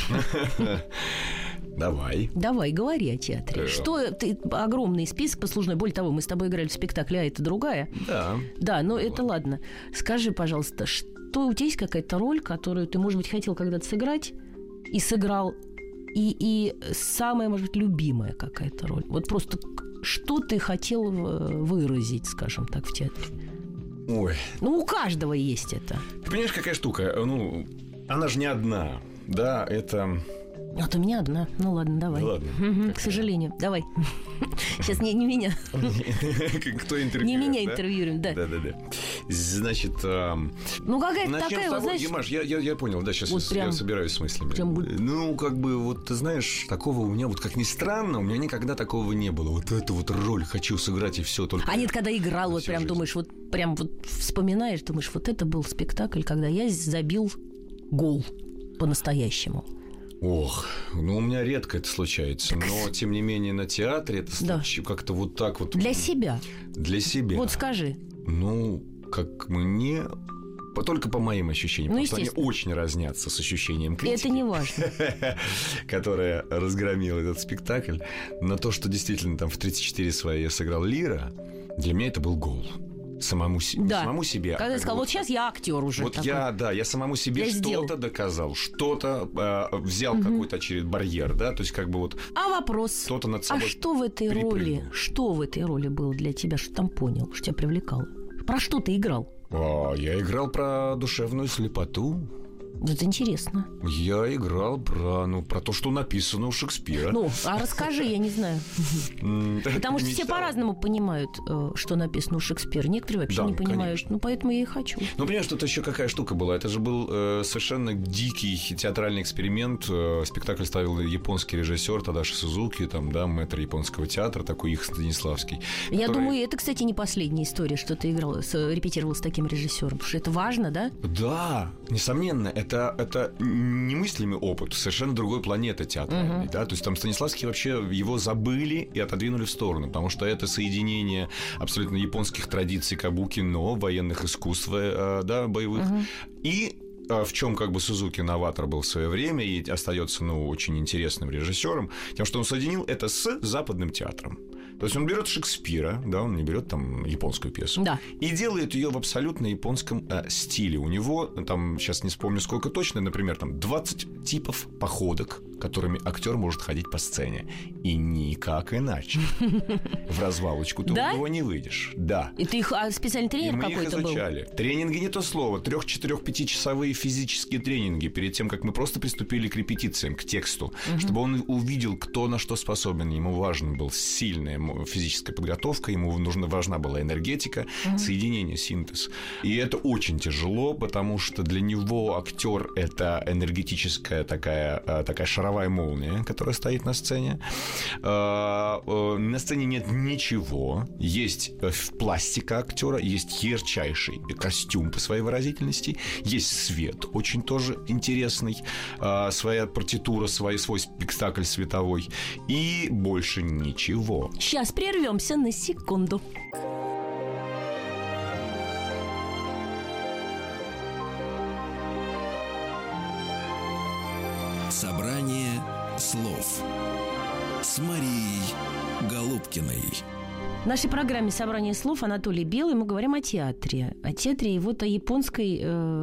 Speaker 2: Давай, говори о театре. Что ты огромный список послужной. Более того, мы с тобой играли в спектакле, а это другая. Да, но это ладно. Скажи, пожалуйста, что у тебя есть какая-то роль, которую ты, может быть, хотел когда-то сыграть и сыграл, и самая, может быть, любимая какая-то роль? Вот просто что ты хотел выразить, скажем так, в театре?
Speaker 3: Ой.
Speaker 2: У каждого есть это.
Speaker 3: Ты понимаешь, какая штука? Она же не одна. Да, это...
Speaker 2: Вот у меня одна. Ну ладно, давай.
Speaker 3: Ладно.
Speaker 2: К сожалению. Давай. Сейчас не меня.
Speaker 3: Кто интервьюирует?
Speaker 2: Не меня интервьюируем, да.
Speaker 3: Да. Значит...
Speaker 2: какая-то такая, вот, знаешь...
Speaker 3: Димаш, я понял, да, сейчас я собираюсь с мыслями. Вот ты знаешь, такого у меня, вот как ни странно, у меня никогда такого не было. Вот эту вот роль хочу сыграть, и все только...
Speaker 2: А нет, когда играл, вот прям думаешь, вот прям вот вспоминаешь, думаешь, вот это был спектакль, когда я забил гол по-настоящему.
Speaker 3: Ох, у меня редко это случается, но, тем не менее, на театре это как-то вот так вот...
Speaker 2: Для себя.
Speaker 3: Для себя.
Speaker 2: Вот скажи.
Speaker 3: Как мне... Только по моим ощущениям, потому что они очень разнятся с ощущением критики.
Speaker 2: Это не важно.
Speaker 3: Которая разгромила этот спектакль. Но то, что действительно там в 34 свои я сыграл Лира, для меня это был гол. Самому себе.
Speaker 2: Когда я сказал, вот сейчас я актер уже.
Speaker 3: Вот такой. Я самому себе что-то доказал, что-то взял какой-то очередной барьер, да, то есть как бы вот...
Speaker 2: А вопрос,
Speaker 3: что-то над собой
Speaker 2: что в этой роли было для тебя, что там понял, что тебя привлекало? Про что ты играл?
Speaker 3: Я играл про душевную слепоту.
Speaker 2: Вот интересно.
Speaker 3: Я играл про то, что написано у Шекспира.
Speaker 2: А расскажи, я не знаю. Потому что все по-разному понимают, что написано у Шекспира. Некоторые вообще не понимают.
Speaker 3: Конечно.
Speaker 2: Поэтому я и хочу.
Speaker 3: Понимаешь, что это еще какая штука была? Это же был совершенно дикий театральный эксперимент. Спектакль ставил японский режиссер Тадаши Сузуки, мэтр японского театра, такой их Станиславский.
Speaker 2: Я думаю, это, кстати, не последняя история, что ты репетировал с таким режиссером. Потому что это важно, да?
Speaker 3: Да, несомненно. Это немыслимый опыт, совершенно другой планеты театральной. Да? То есть там Станиславский вообще его забыли и отодвинули в сторону, потому что это соединение абсолютно японских традиций кабуки-но, военных искусств, боевых, и в чем Сузуки новатор был в свое время и остается очень интересным режиссером, тем, что он соединил это с западным театром. То есть он берет Шекспира, он не берет японскую пьесу, и делает ее в абсолютно японском стиле. У него, сейчас не вспомню сколько точно, например, 20 типов походок, которыми актер может ходить по сцене. И никак иначе. В развалочку ты у него не выйдешь. Да.
Speaker 2: И ты их специальный тренер какой-то был?
Speaker 3: Мы их изучали. Тренинги не то слово. 3-4-5-часовые физические тренинги перед тем, как мы просто приступили к репетициям, к тексту, чтобы он увидел, кто на что способен. Ему важен был сильная физическая подготовка, ему важна была энергетика, соединение, синтез. И это очень тяжело, потому что для него актер — это энергетическая такая шаровая молния, которая стоит на сцене. На сцене нет ничего. Есть пластика актера, есть ярчайший костюм по своей выразительности, есть свет, очень тоже интересный, своя партитура, свой спектакль световой, и больше ничего.
Speaker 2: Сейчас прервемся на секунду.
Speaker 1: Собрание слов с Марией Голубкиной.
Speaker 2: В нашей программе «Собрание слов» Анатолий Белый. Мы говорим о театре. О театре и о японской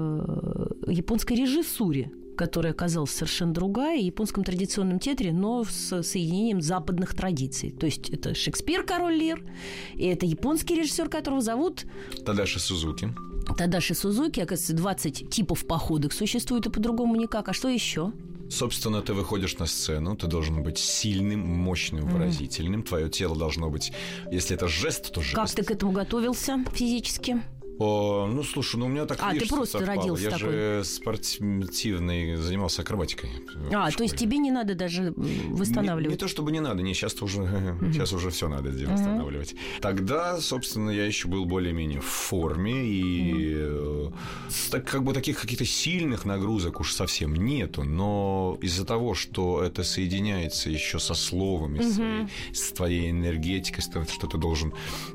Speaker 2: режиссуре, которая оказалась совершенно другая, и японском традиционном театре, но с соединением западных традиций. То есть это Шекспир, король Лир, и это японский режиссер, которого зовут
Speaker 3: Тадаши Сузуки. Оказывается,
Speaker 2: 20 типов походок существует, и по-другому никак. А что еще?
Speaker 3: Собственно, ты выходишь на сцену, ты должен быть сильным, мощным, выразительным. Твое тело должно быть... Если это жест, то жест.
Speaker 2: Как ты к этому готовился физически?
Speaker 3: Слушай, у меня так
Speaker 2: ты просто
Speaker 3: совпало.
Speaker 2: родился
Speaker 3: Я
Speaker 2: такой.
Speaker 3: же спортивный, занимался акробатикой.
Speaker 2: То есть тебе не надо даже восстанавливать?
Speaker 3: Не то чтобы не надо, сейчас уже все надо восстанавливать. Тогда, собственно, я еще был более-менее в форме, и таких каких-то сильных нагрузок уж совсем нету, но из-за того, что это соединяется еще со словами, с твоей энергетикой, что ты должен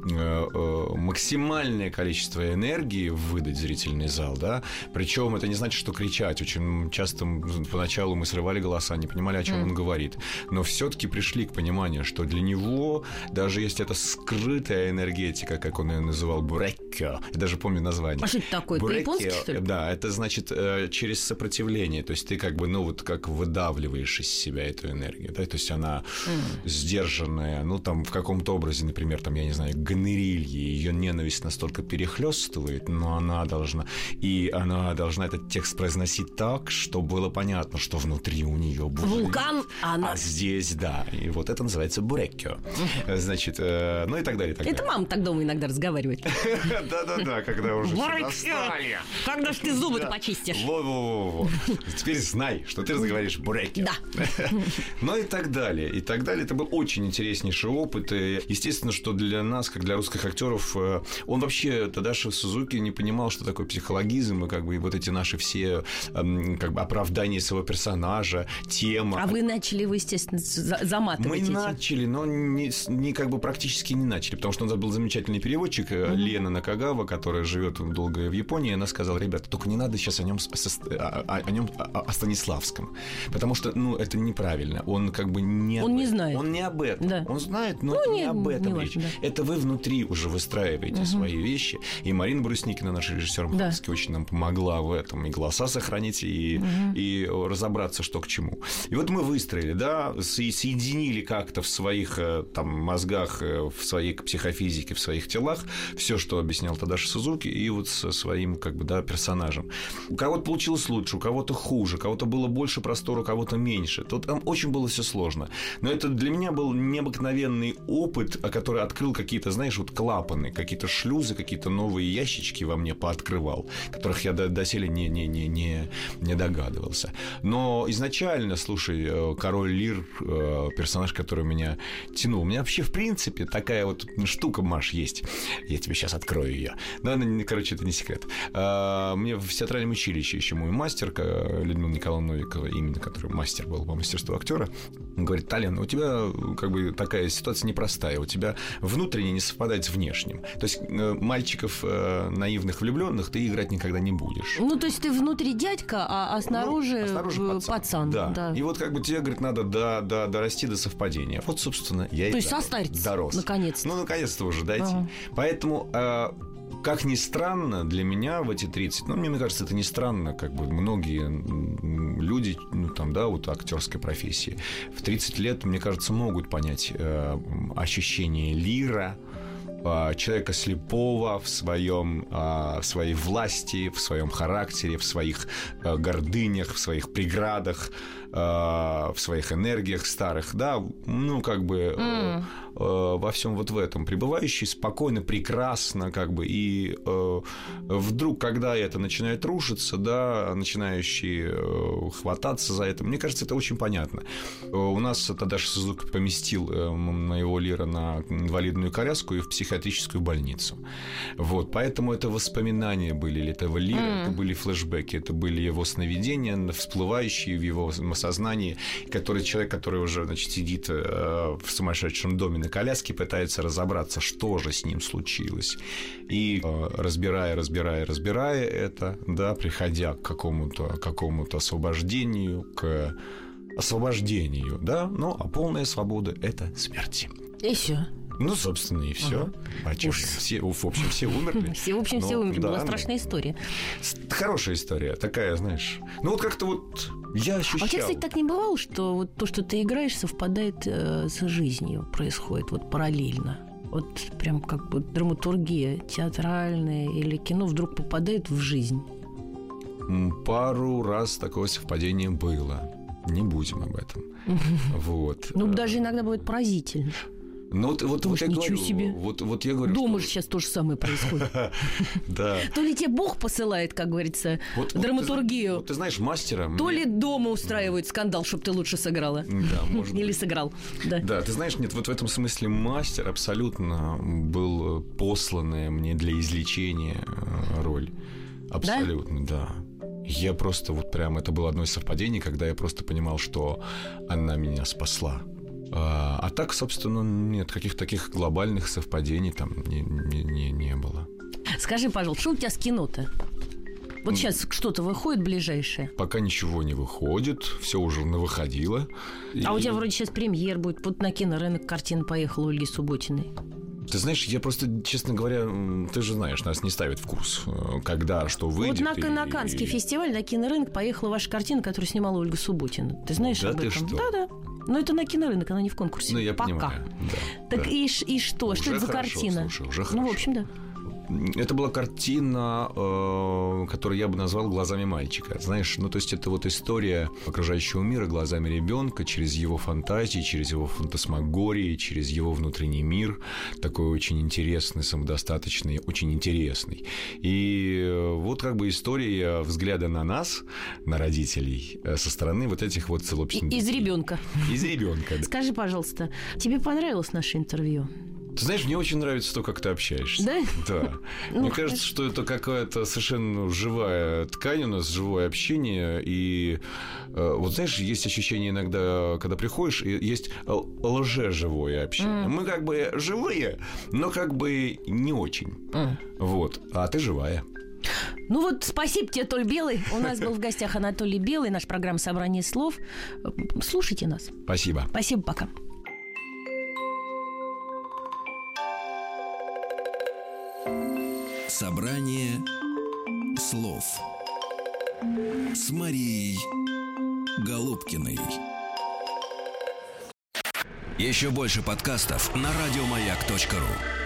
Speaker 3: максимальное количество энергии выдать зрительный зал, да, причем это не значит, что кричать. Очень часто поначалу мы срывали голоса, не понимали, о чем он говорит, но все-таки пришли к пониманию, что для него, даже если это скрытая энергетика, как он ее называл, буреккё, я даже помню название.
Speaker 2: А что это такое? По-японски, что ли?
Speaker 3: Да, это значит через сопротивление, то есть ты как выдавливаешь из себя эту энергию, да, то есть она сдержанная, в каком-то образе, например, я не знаю, Гонорильи, ее ненависть настолько перехлёстывает, но она должна этот текст произносить так, чтобы было понятно, что внутри у нее
Speaker 2: вулкан,
Speaker 3: а здесь, да, и вот это называется буреккё. Значит, и так далее.
Speaker 2: Это мама так дома иногда разговаривает.
Speaker 3: Да-да-да, когда уже достали.
Speaker 2: Когда ж ты зубы-то почистишь?
Speaker 3: Во-во-во. Теперь знай, что ты разговариваешь буреккё.
Speaker 2: Да.
Speaker 3: И так далее. И так далее. Это был очень интереснейший опыт. И естественно, что для нас, как для русских актеров, он вообще, Тадаши Сузуки, не понимал, что такое психологизм, и вот эти наши все оправдания своего персонажа, тема.
Speaker 2: А вы начали его, естественно, заматывать.
Speaker 3: Мы начали, но практически не начали, потому что у нас был замечательный переводчик Лена Накагава, которая живет долго в Японии, и она сказала: ребята, только не надо сейчас о Станиславском, потому что, это неправильно. Он не
Speaker 2: знает.
Speaker 3: Он не об этом.
Speaker 2: Да.
Speaker 3: Он знает, но не об этом речь.
Speaker 2: Да.
Speaker 3: Это вы внутри уже выстраиваете свои вещи, и Марина Брусникина, наш режиссер, очень нам помогла в этом и голоса сохранить, и разобраться, что к чему. И вот мы выстроили, да, соединили как-то в своих там мозгах, в своей психофизике, в своих телах все, что объяснял Тадаши Сузуки, и вот со своим, как бы, да, персонажем. У кого-то получилось лучше, у кого-то хуже, у кого-то было больше простора, у кого-то меньше. Тут там очень было все сложно. Но это для меня был необыкновенный опыт, который открыл какие-то, знаешь, вот клапаны, какие-то шлюзы, какие-то новые ящички во мне пооткрывал, которых я доселе не догадывался. Но изначально, слушай, Король Лир, персонаж, который меня тянул. У меня вообще, в принципе, такая вот штука, Маш, есть. Я тебе сейчас открою ее. Но, короче, это не секрет. Мне в театральном училище еще мой мастер, Людмила Николаевна Новикова, именно который мастер был по мастерству актера, говорит: Толян, у тебя как бы такая ситуация непростая. У тебя внутренне не совпадает с внешним. То есть мальчиков наивных, влюбленных ты играть никогда не будешь.
Speaker 2: Ну, то есть ты внутри дядька, а снаружи, пацан.
Speaker 3: Да. И вот как бы тебе, говорит, надо дорасти до совпадения. Вот, собственно, я и дорос.
Speaker 2: Наконец-то.
Speaker 3: Ну, наконец-то уже дойти. Поэтому... Как ни странно, для меня в эти 30, мне кажется, это не странно, как бы многие люди, вот актерской профессии, в 30 лет, мне кажется, могут понять ощущение лира, человека слепого в своей власти, в своем характере, в своих гордынях, в своих преградах, в своих энергиях старых, да, во всем вот в этом, пребывающий спокойно, прекрасно, как бы, и вдруг, когда это начинает рушиться, да, начинающий хвататься за это, мне кажется, это очень понятно. У нас Тадаши Сузуки поместил моего лира на инвалидную коляску и в психиатрическую больницу. Вот, поэтому это воспоминания были этого лира, это были флешбеки, это были его сновидения, всплывающие в его сознании, человек, который уже, значит, сидит в сумасшедшем доме на коляске, пытается разобраться, что же с ним случилось. И разбирая это, да, приходя к какому-то освобождению, да, а полная свобода – это смерть.
Speaker 2: И все.
Speaker 3: Ну, собственно, и все. В общем, все умерли.
Speaker 2: Все умерли. Была страшная история.
Speaker 3: Хорошая история. Такая, знаешь. Вот как-то вот я ощущал.
Speaker 2: А у тебя, кстати, так не бывало, что вот то, что ты играешь, совпадает с жизнью, происходит вот параллельно? Вот прям как бы драматургия театральная или кино вдруг попадает в жизнь?
Speaker 3: Пару раз такое совпадение было. Не будем об этом. Вот.
Speaker 2: Даже иногда бывает поразительно.
Speaker 3: Вот я говорю,
Speaker 2: себе.
Speaker 3: Вот я говорю,
Speaker 2: дома же сейчас то же самое происходит.
Speaker 3: Да.
Speaker 2: То ли тебе Бог посылает, как говорится, драматургию.
Speaker 3: Ты знаешь, мастера...
Speaker 2: То ли дома устраивают скандал, чтобы ты лучше сыграла.
Speaker 3: Да, может быть.
Speaker 2: Или сыграл.
Speaker 3: Да, ты знаешь, нет, вот в этом смысле мастер абсолютно был посланная мне для излечения роль. Абсолютно, да. Я просто вот прям... Это было одно из совпадений, когда я просто понимал, что она меня спасла. А так, собственно, нет, каких-то таких глобальных совпадений там не было.
Speaker 2: Скажи, пожалуйста, что у тебя с кино-то? Вот сейчас что-то выходит ближайшее?
Speaker 3: Пока ничего не выходит, все уже навыходило.
Speaker 2: А у тебя вроде сейчас премьер будет. Вот на кинорынок картина поехала у Ольги Субботиной.
Speaker 3: Ты знаешь, я просто, честно говоря, ты же знаешь, нас не ставят в курс, когда что выйдет.
Speaker 2: Вот на Каннский фестиваль, на кинорынок поехала ваша картина, которую снимала Ольга Субботина. Ты знаешь об этом?
Speaker 3: Ты что?
Speaker 2: Да. Но это на кинорынок, она не в конкурсе.
Speaker 3: Ну, я
Speaker 2: пока.
Speaker 3: Понимаю. Да,
Speaker 2: так и что?
Speaker 3: Уже
Speaker 2: что это за
Speaker 3: хорошо,
Speaker 2: картина?
Speaker 3: Слушай, уже хорошо.
Speaker 2: В общем, да.
Speaker 3: Это была картина, которую я бы назвал «Глазами мальчика». Знаешь, то есть это вот история окружающего мира глазами ребенка, через его фантазии, через его фантасмагории, через его внутренний мир, такой очень интересный, самодостаточный, очень интересный. И вот как бы история взгляда на нас, на родителей, со стороны вот этих вот целописных
Speaker 2: Из ребенка.
Speaker 3: Из ребенка, да.
Speaker 2: Скажи, пожалуйста, тебе понравилось наше интервью?
Speaker 3: Ты знаешь, мне очень нравится то, как ты общаешься.
Speaker 2: Да?
Speaker 3: Да. Мне кажется, что это какая-то совершенно живая ткань у нас, живое общение. И вот знаешь, есть ощущение иногда, когда приходишь, есть лжеживое общение. Мы как бы живые, но как бы не очень. Вот. А ты живая.
Speaker 2: Ну вот, спасибо тебе, Толь Белый. У нас был в гостях Анатолий Белый, наша программа «Собрание слов». Слушайте нас.
Speaker 3: Спасибо.
Speaker 2: Спасибо, пока.
Speaker 1: Собрание слов с Марией Голубкиной. Еще больше подкастов на радиомаяк.ру.